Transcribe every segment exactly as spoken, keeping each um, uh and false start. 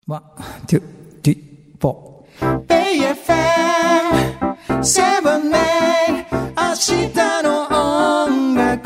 ワン、ツー、スリー、フォー。ベイエフエム セブンエイト 明日の音楽。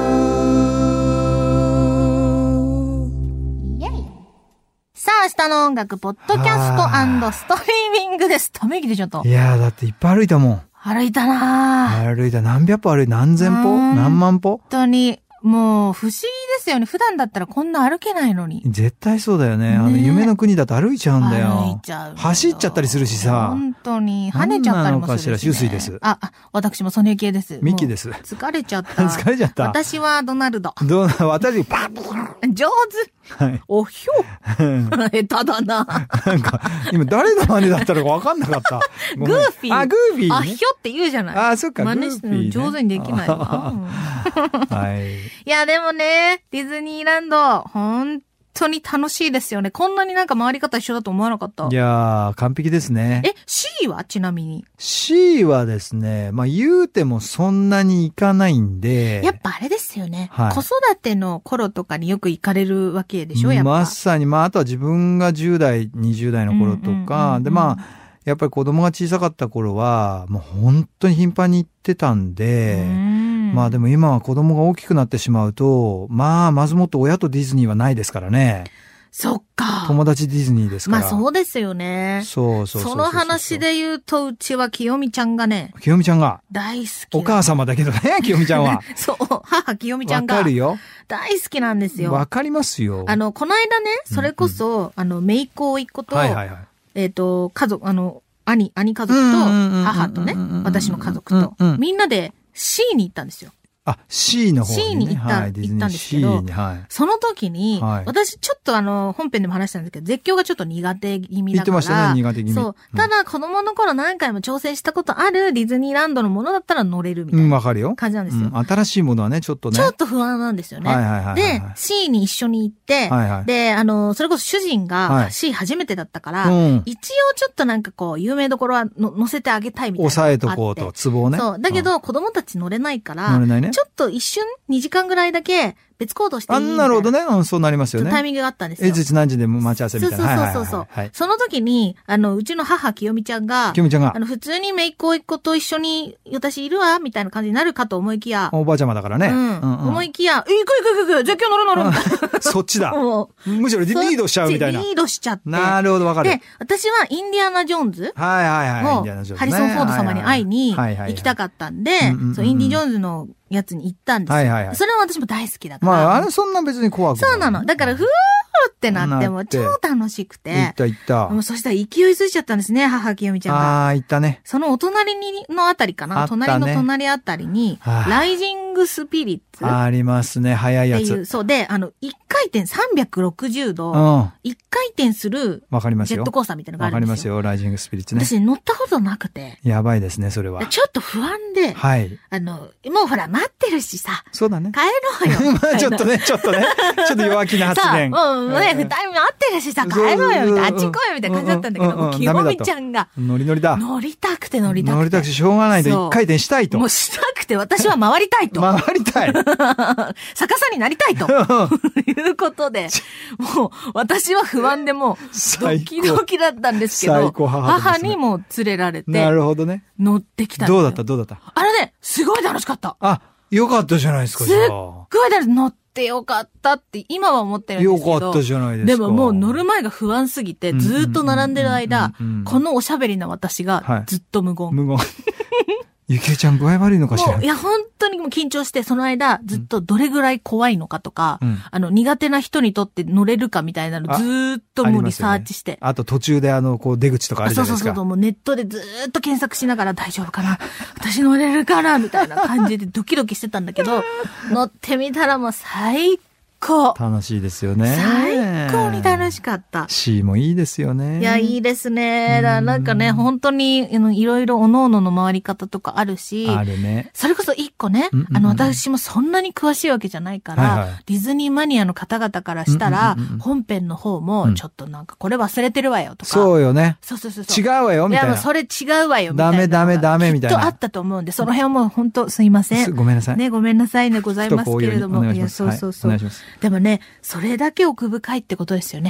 イェイ。さあ、明日の音楽、ポッドキャスト&ストリーミングです。ため息出ちゃった。 いやー、だっていっぱい歩いたもん。 歩いたなー。歩いた。何百歩歩いた。何千歩何万歩。 本当に。もう、不思議ですよね。普段だったらこんな歩けないのに。 絶対そうだよね。あの、夢の国だと歩いちゃうんだよ。 歩いちゃう。 走っちゃったりするしさ。 本当に。跳ねちゃったりもするし、ね。 何なのかしら、周水です。 あ、私もソネ系です。 ミッキーです。 疲れちゃった。 疲れちゃった。 私はドナルド。 どうな、私、パッ上手。はい。おひょ。下手だな。 なんか、今誰の真似だったのか分かんなかった。 グーフィー。 あ、グーフィー、ね。 あひょって言うじゃない。 あ、そっか、 真似して、ね、上手にできないわ。 はい。 いや、でもね、ディズニーランド、本当に楽しいですよね。こんなになんか回り方一緒だと思わなかった。 いやー、完璧ですね。 え、C はちなみに ?C はですね、まあ言うてもそんなに行かないんで。 やっぱあれですよね。 はい、 子育ての頃とかによく行かれるわけでしょ、やっぱ。 まさに、まああとは自分がじゅう代、にじゅう代の頃とか、うんうんうんうん、でまあ、やっぱり子供が小さかった頃は、もう本当に頻繁に行ってたんで、うんまあでも今は子供が大きくなってしまうと、まあまずもって親とディズニーはないですからね。 そっか。 友達ディズニーですから。 まあそうですよね。 そうそうそうそうそう。 その話で言うと、うちは清美ちゃんがね。 清美ちゃんが。 大好き。 お母様だけどね、清美ちゃんは。 そう、母清美ちゃんが。 わかるよ。 大好きなんですよ。 わかりますよ。 あの、この間ね、それこそ、うんうん、あの、姪っ子甥っ子と、はいはいはい、えっと、家族、あの、兄、兄家族と、母とね、私の家族と、みんなで C に行ったんですよ。 あ、C の方に、ね。 C に行った、はい、行ったんですけど、はい、その時に、はい、私ちょっとあの、本編でも話したんですけど、絶叫がちょっと苦手気味だから。言ってましたね、苦手気味。そう。うん、ただ、子供の頃何回も挑戦したことあるディズニーランドのものだったら乗れるみたいな。うん、わかるよ。感じなんですよ、 うん。新しいものはね、ちょっとね。 ちょっと不安なんですよね。はいはいはい、はい。で、C に一緒に行って、はいはい、で、あの、それこそ主人が C 初めてだったから、はいうん、一応ちょっとなんかこう、有名どころはの乗せてあげたいみたいな。 抑えとこうと、ツボをね。 そう。だけど、子供たち乗れないから、 乗れないね。 ちょっと一瞬、にじかんぐらいだけ別行動していいみたいな。 あ、なるほどね。うん、そうなりますよね。 タイミングがあったんですよ。 え、いつ何時で待ち合わせみたいな。 そうそうそうそう。はい、その時に、あの、うちの母、清美ちゃんが、 清美ちゃんが、 あの、普通に姪っ子甥っ子と一緒に、私いるわみたいな感じになるかと思いきや。 おばあちゃまだからね。うん。 うんうん、思いきや、行く行く行く行く、絶叫乗る乗るみたいな。 そっちだ。もうむしろリードしちゃうみたいな。 リードしちゃって。 なるほど、わかる。 で、私はインディアナ・ジョーンズはいはいはい。インディアナ・ジョーンズ、ね。 ハリソン・フォード様に会いに行きたかったんで、そう、インディ・ジョーンズのやつに行ったんですよ。はいはいはい。それは私も大好きだから。 まあ、あれそんな別に怖くない。 そうなの。だから、ふーってなっても超楽しくて。 行った行った。 もうそしたら勢いづいちゃったんですね、母清美ちゃんが。 ああ、行ったね。 そのお隣にのあたりかな、ね、隣の隣あたりに、ライジングスピリッツ。 ありますね、早いやつ。っていう、 そうで、あの、一回転さんびゃくろくじゅうど、一、うん、回転する、 わかりますよ。 ジェットコースターみたいなのがあるんですよ。 わかりますよ、ライジングスピリッツね。 私乗ったことなくて。 やばいですね、それは。 ちょっと不安で。 はい。 あの、もうほら、待ってるしさ。 そうだね。 帰ろうよ。 まあちょっとね、ちょっとね、ちょっと弱気な発言。 さあ、もうね、二人待ってるしさ、帰ろうよ、みたいな、あっち来いよ、みたいな感じだったんだけど、清美ちゃんが。 ノリノリだ。 乗りたくて乗りたくて。 乗りたくてしょうがないと、一回転したいと。 もうしたくて、私は回りたいと。 回りたい。 逆さになりたいと。いうことで、もう、私は不安でもう、ドキドキだったんですけど、母にも連れられて、 なるほどね。 乗ってきたんですよ。 どうだったどうだったあれね、すごい楽しかった。 あ、よかったじゃないですか、 すっごい楽し乗ってよかったって今は思ってるんですけど。 よかったじゃないですか。 でももう乗る前が不安すぎて、ずっと並んでる間、このおしゃべりな私がずっと無言。 無言。ゆきえちゃん具合悪いのかしら。 いや、本当にもう緊張して、その間、ずっとどれぐらい怖いのかとか、うん、あの、苦手な人にとって乗れるかみたいなのずーっともうリサーチして。 あ, あと途中であの、こう出口とかあるじゃないですか。 そうそうそう、もうネットでずーっと検索しながら大丈夫かな私乗れるかなみたいな感じでドキドキしてたんだけど、乗ってみたらもう最高。 楽しいですよね。 最高に楽しかった。 C もいいですよね。 いや、いいですね。だなんかね、本当に、いろいろおのおのの回り方とかあるし、 あるね。 それこそ一個ね、うんうんうん、あの、私もそんなに詳しいわけじゃないから、はいはい、ディズニーマニアの方々からしたら、うんうんうん、本編の方も、ちょっとなんか、これ忘れてるわよとか。 そうよね。 そうそうそうそう。 違うわよ、みたいな。 いや、それ違うわよ、みたいな。 ダメダメダメ、みたいな。 きっとあったと思うんで、その辺はもう本当すいません。 ごめんなさい。 ね、ごめんなさいね、ございますけれども。 いや、 そうそうそう。はい、でもね、それだけ奥深いってことですよね。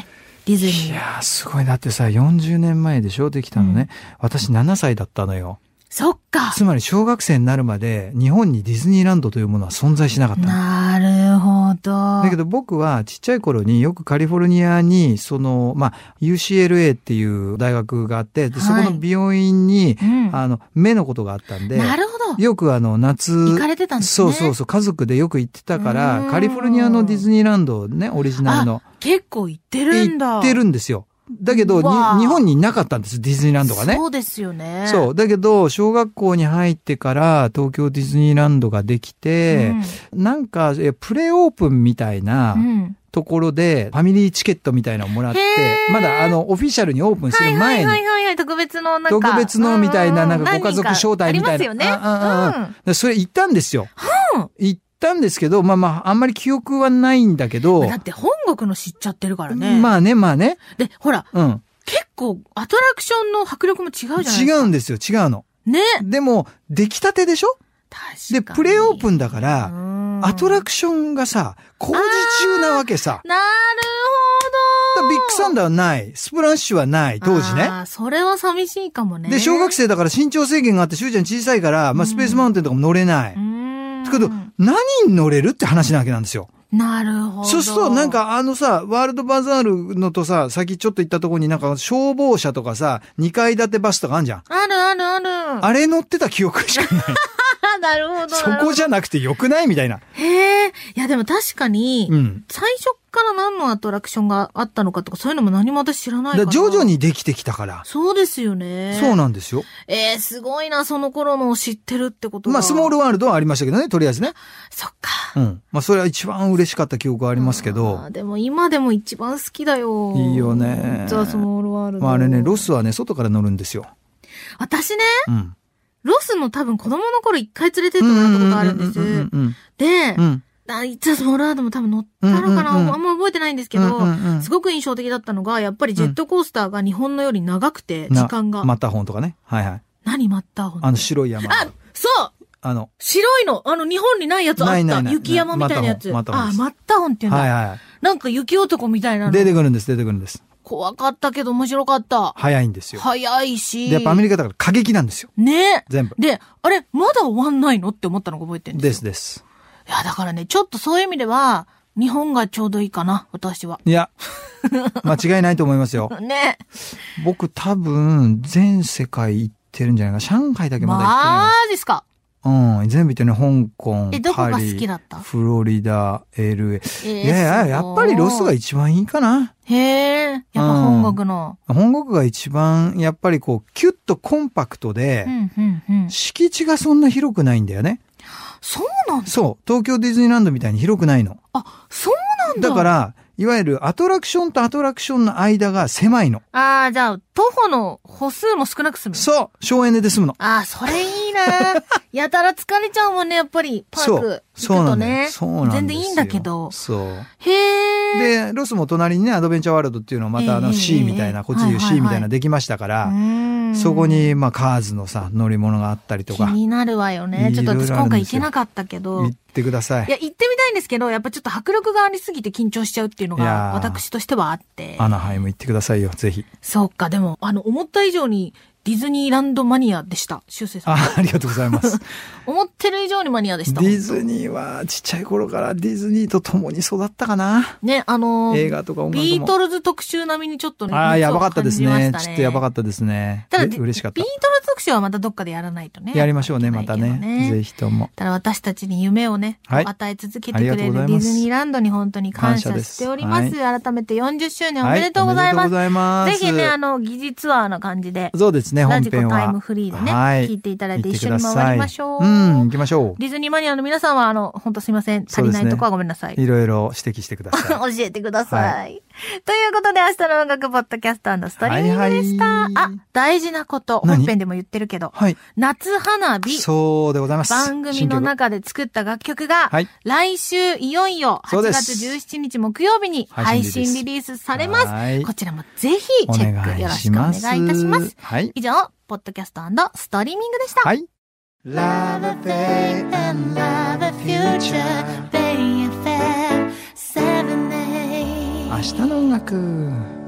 ディズニー。 いやー、すごい。だってさ、よんじゅうねんまえでしょ、できたのね。うん、私ななさいだったのよ。 そっか。 つまり小学生になるまで日本にディズニーランドというものは存在しなかった。 なるほど。 だけど僕はちっちゃい頃によくカリフォルニアに、その、まあ、ユーシーエルエー っていう大学があって、で、そこの病院に、はい、うん、あの、目のことがあったんで、 なるほど。 よくあの、夏、 行かれてたんですね。 そうそうそう、家族でよく行ってたから、カリフォルニアのディズニーランドね、オリジナルの。 結構行ってるんだ。 行ってるんですよ。だけど、日本になかったんです、ディズニーランドがね。 そうですよね。 そう。だけど、小学校に入ってから、東京ディズニーランドができて、うん、なんか、プレオープンみたいなところで、ファミリーチケットみたいなのをもらって、まだ、あの、オフィシャルにオープンする前に。 はいはいはいはい、特別のなんか。 特別のみたいな、なんかご家族招待みたいな。ありますよね。ああ、うん、それ行ったんですよ。うん、行ったんですけど、まあまあ、あんまり記憶はないんだけど。 だって本国の知っちゃってるからね。 まあね、まあね。 で、ほら。うん。結構、アトラクションの迫力も違うじゃないですか。 違うんですよ、違うの。 ね。 でも、出来たてでしょ？ 確かに。で、プレオープンだから、アトラクションがさ、工事中なわけさ。 なるほど。 ビッグサンダーはない。スプラッシュはない、当時ね。 ああ、それは寂しいかもね。 で、小学生だから身長制限があって、しゅうちゃん小さいから、まあ、スペースマウンテンとかも乗れない。うん。だけど、何に乗れるって話なわけなんですよ。 なるほど。 そうすると、なんかあのさ、ワールドバザールのとさ、先ちょっと行ったところになんか消防車とかさ、にかい建てバスとかあんじゃん。 あるあるある。 あれ乗ってた記憶しかない。 なるほど。 そこじゃなくてよくないみたいな。 へえ。いやでも確かに、うん、最初から何のアトラクションがあったのかとかそういうのも何も私知らないから。 だ徐々にできてきたから。 そうですよね。 そうなんですよ。 えー、すごいな、その頃のを知ってるってことが。 まあ、スモールワールドはありましたけどね、とりあえずね。 そっか。 うん。まあ、それは一番嬉しかった記憶はありますけど。 あでも今でも一番好きだよ。 いいよね。 ザ・スモールワールド。 まあ、あれね、ロスはね、外から乗るんですよ。 私ね、うん、ロスの多分子供の頃一回連れてってもらったことあるんです。で、うんあいつスモールワールドも多分乗ったのかな、うんうんうん、あんま覚えてないんですけど、うんうんうん、すごく印象的だったのが、やっぱりジェットコースターが日本のより長くて、時間が。 マッターホーンとかね。はいはい。 何マッターホーン？ あの白い山。 あ、そうあの、白いの、あの日本にないやつあった。ないないない雪山みたいなやつ。 マッターホーン。 あ、マッターホーンって言うんだ。はいはい。なんか雪男みたいなの。 出てくるんです、出てくるんです。 怖かったけど面白かった。 早いんですよ。 早いし。 で、やっぱアメリカだから過激なんですよ。 ね。 全部。 で、あれ、まだ終わんないのって思ったの覚えてるんですよ。 ですです。 いや、だからね、ちょっとそういう意味では、日本がちょうどいいかな、私は。 いや、間違いないと思いますよ。 ね。 僕多分、全世界行ってるんじゃないか。上海だけまだ行ってない。 マジっすか。 うん、全部行ってね、香港、 え、どこが好きだった？ フロリダ、エルエー。えー、いやいや、やっぱりロスが一番いいかな。 へえ、やっぱ本国の、 うん。本国が一番、やっぱりこう、キュッとコンパクトで、うんうんうん、敷地がそんな広くないんだよね。 そうなんだ。 そう。東京ディズニーランドみたいに広くないの。 あ、そうなんだ。 だから、いわゆるアトラクションとアトラクションの間が狭いの。 ああ、じゃあ、徒歩の歩数も少なく済む。 そう。省エネで済むの。 ああ、それいいなやたら疲れちゃうもんね、やっぱり。パーク行くとね。 そうなんです。 全然いいんだけど。 そう。 へえ。で、ロスも隣にね、アドベンチャーワールドっていうのをまたあの C みたいな、こっちでいう C みたいなできましたから、そこに、まあ、カーズのさ、乗り物があったりとか。 気になるわよね。ちょっと私今回行けなかったけど。 行ってください。 いや、行ってみたいんですけど、やっぱちょっと迫力がありすぎて緊張しちゃうっていうのが、私としてはあって。 アナハイム行ってくださいよ、ぜひ。 そうか、でも、あの、思った以上に、ディズニーランドマニアでした。修正さん。 あ、ありがとうございます。 思ってる以上にマニアでした。 ディズニーはちっちゃい頃からディズニーと共に育ったかな。 ね、あのー、 映画とか音楽も。 ビートルズ特集並みにちょっとね。 ああ、やばかったですね。ちょっとやばかったですね。ただ、嬉しかった。 ビートルズ特集はまたどっかでやらないとね。 やりましょうね、またね。ぜひとも。 ただ私たちに夢をね、はい、与え続けてくれるディズニーランドに本当に感謝しております。はい、改めてよんじゅっしゅうねんおめでとうございます。はい、おめでとうございます。ぜひね、あの、疑似ツアーの感じで。 そうですね、本編は。 フリーでね、はい、聞いていただいて一緒に回りましょう。 うん、行きましょう。 ディズニーマニアの皆さんは、あの、本当すいません。足りないとこはごめんなさい。 いろいろ指摘してください。教えてください。はい、ということで、明日の音楽ポッドキャスト&ストリーミングでした。はいはい、あ、大事なこと、本編でも言ってるけど、はい、夏花火。 そうでございます。 番組の中で作った楽曲が、はい、来週いよいよはちがつじゅうしちにち木曜日に配信リリースされます。はい、こちらもぜひチェックよろしくお願いいたします。はい、以上、ポッドキャスト&ストリーミングでした。はい。Love a day and love a future, Bay エフエム セブンエー。 明日の音楽。